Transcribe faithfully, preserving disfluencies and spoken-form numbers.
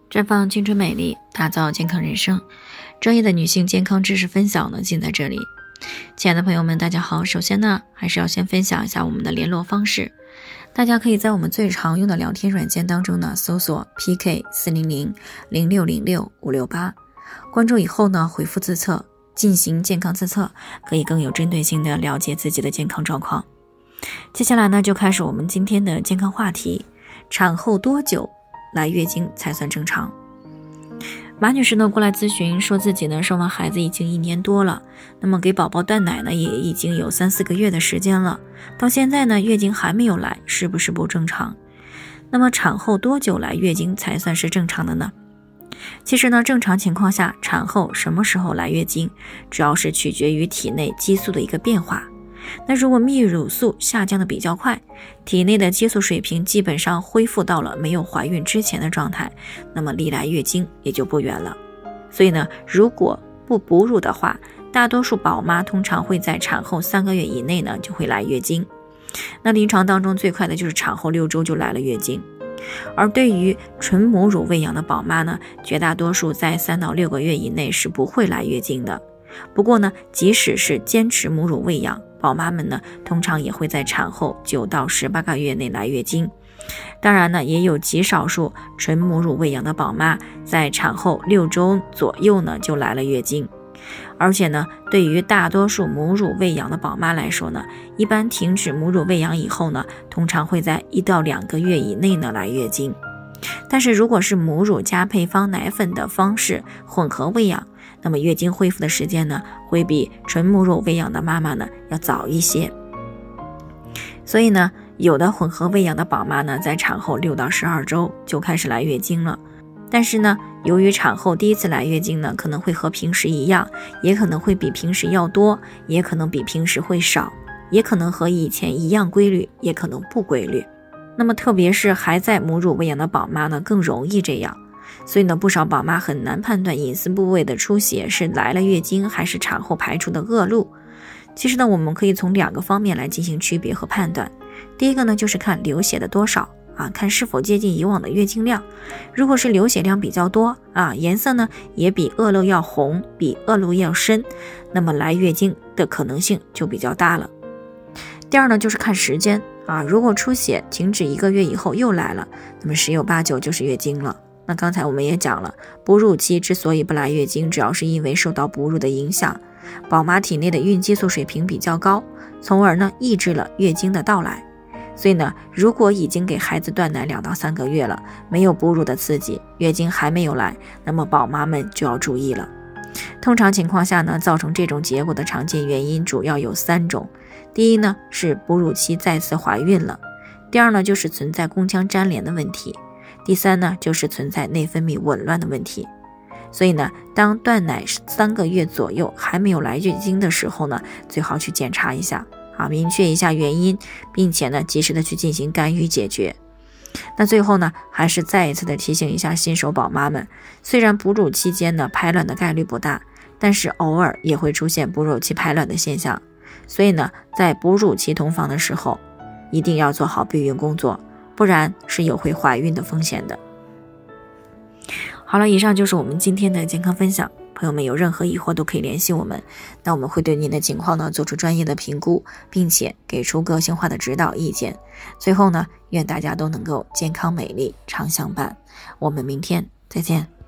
绽放青春美丽，打造健康人生。专业的女性健康知识分享呢，尽在这里。亲爱的朋友们，大家好。首先呢，还是要先分享一下我们的联络方式。大家可以在我们最常用的聊天软件当中呢，搜索 P K 四零零 零六零六 五六八，关注以后呢，回复自测，进行健康自测，可以更有针对性的了解自己的健康状况。接下来呢，就开始我们今天的健康话题：产后多久来月经才算正常？马女士呢过来咨询，说自己呢生完孩子已经一年多了，那么给宝宝断奶呢也已经有三四个月的时间了，到现在呢月经还没有来，是不是不正常？那么产后多久来月经才算是正常的呢？其实呢，正常情况下，产后什么时候来月经，主要是取决于体内激素的一个变化。那如果泌乳素下降的比较快，体内的激素水平基本上恢复到了没有怀孕之前的状态，那么离来月经也就不远了。所以呢，如果不哺乳的话，大多数宝妈通常会在产后三个月以内呢就会来月经。那临床当中最快的就是产后六周就来了月经。而对于纯母乳喂养的宝妈呢，绝大多数在三到六个月以内是不会来月经的。不过呢，即使是坚持母乳喂养，宝妈们呢通常也会在产后九到十八个月内来月经。当然呢，也有极少数纯母乳喂养的宝妈在产后六周左右呢就来了月经。而且呢，对于大多数母乳喂养的宝妈来说呢，一般停止母乳喂养以后呢，通常会在一到两个月以内呢来月经。但是如果是母乳加配方奶粉的方式混合喂养，那么月经恢复的时间呢，会比纯母乳喂养的妈妈呢要早一些。所以呢，有的混合喂养的宝妈呢，在产后六到十二周就开始来月经了。但是呢，由于产后第一次来月经呢，可能会和平时一样，也可能会比平时要多，也可能比平时会少，也可能和以前一样规律，也可能不规律。那么特别是还在母乳喂养的宝妈呢，更容易这样。所以呢，不少宝妈很难判断隐私部位的出血是来了月经还是产后排出的恶露。其实呢，我们可以从两个方面来进行区别和判断。第一个呢，就是看流血的多少啊，看是否接近以往的月经量。如果是流血量比较多啊，颜色呢也比恶露要红，比恶露要深，那么来月经的可能性就比较大了。第二呢，就是看时间啊，如果出血停止一个月以后又来了，那么十有八九就是月经了。那刚才我们也讲了，哺乳期之所以不来月经，主要是因为受到哺乳的影响，宝妈体内的孕激素水平比较高，从而呢抑制了月经的到来。所以呢，如果已经给孩子断奶两到三个月了，没有哺乳的刺激，月经还没有来，那么宝妈们就要注意了。通常情况下呢，造成这种结果的常见原因主要有三种。第一呢，是哺乳期再次怀孕了；第二呢，就是存在宫腔粘连的问题；第三呢，就是存在内分泌紊乱的问题。所以呢，当断奶三个月左右还没有来月经的时候呢，最好去检查一下啊，明确一下原因，并且呢，及时的去进行干预解决。那最后呢，还是再一次的提醒一下新手宝妈们，虽然哺乳期间呢排卵的概率不大，但是偶尔也会出现哺乳期排卵的现象。所以呢，在哺乳期同房的时候，一定要做好避孕工作，不然是有会怀孕的风险的。好了，以上就是我们今天的健康分享，朋友们有任何疑惑都可以联系我们，那我们会对您的情况呢做出专业的评估，并且给出个性化的指导意见。最后呢，愿大家都能够健康美丽常相伴，我们明天再见。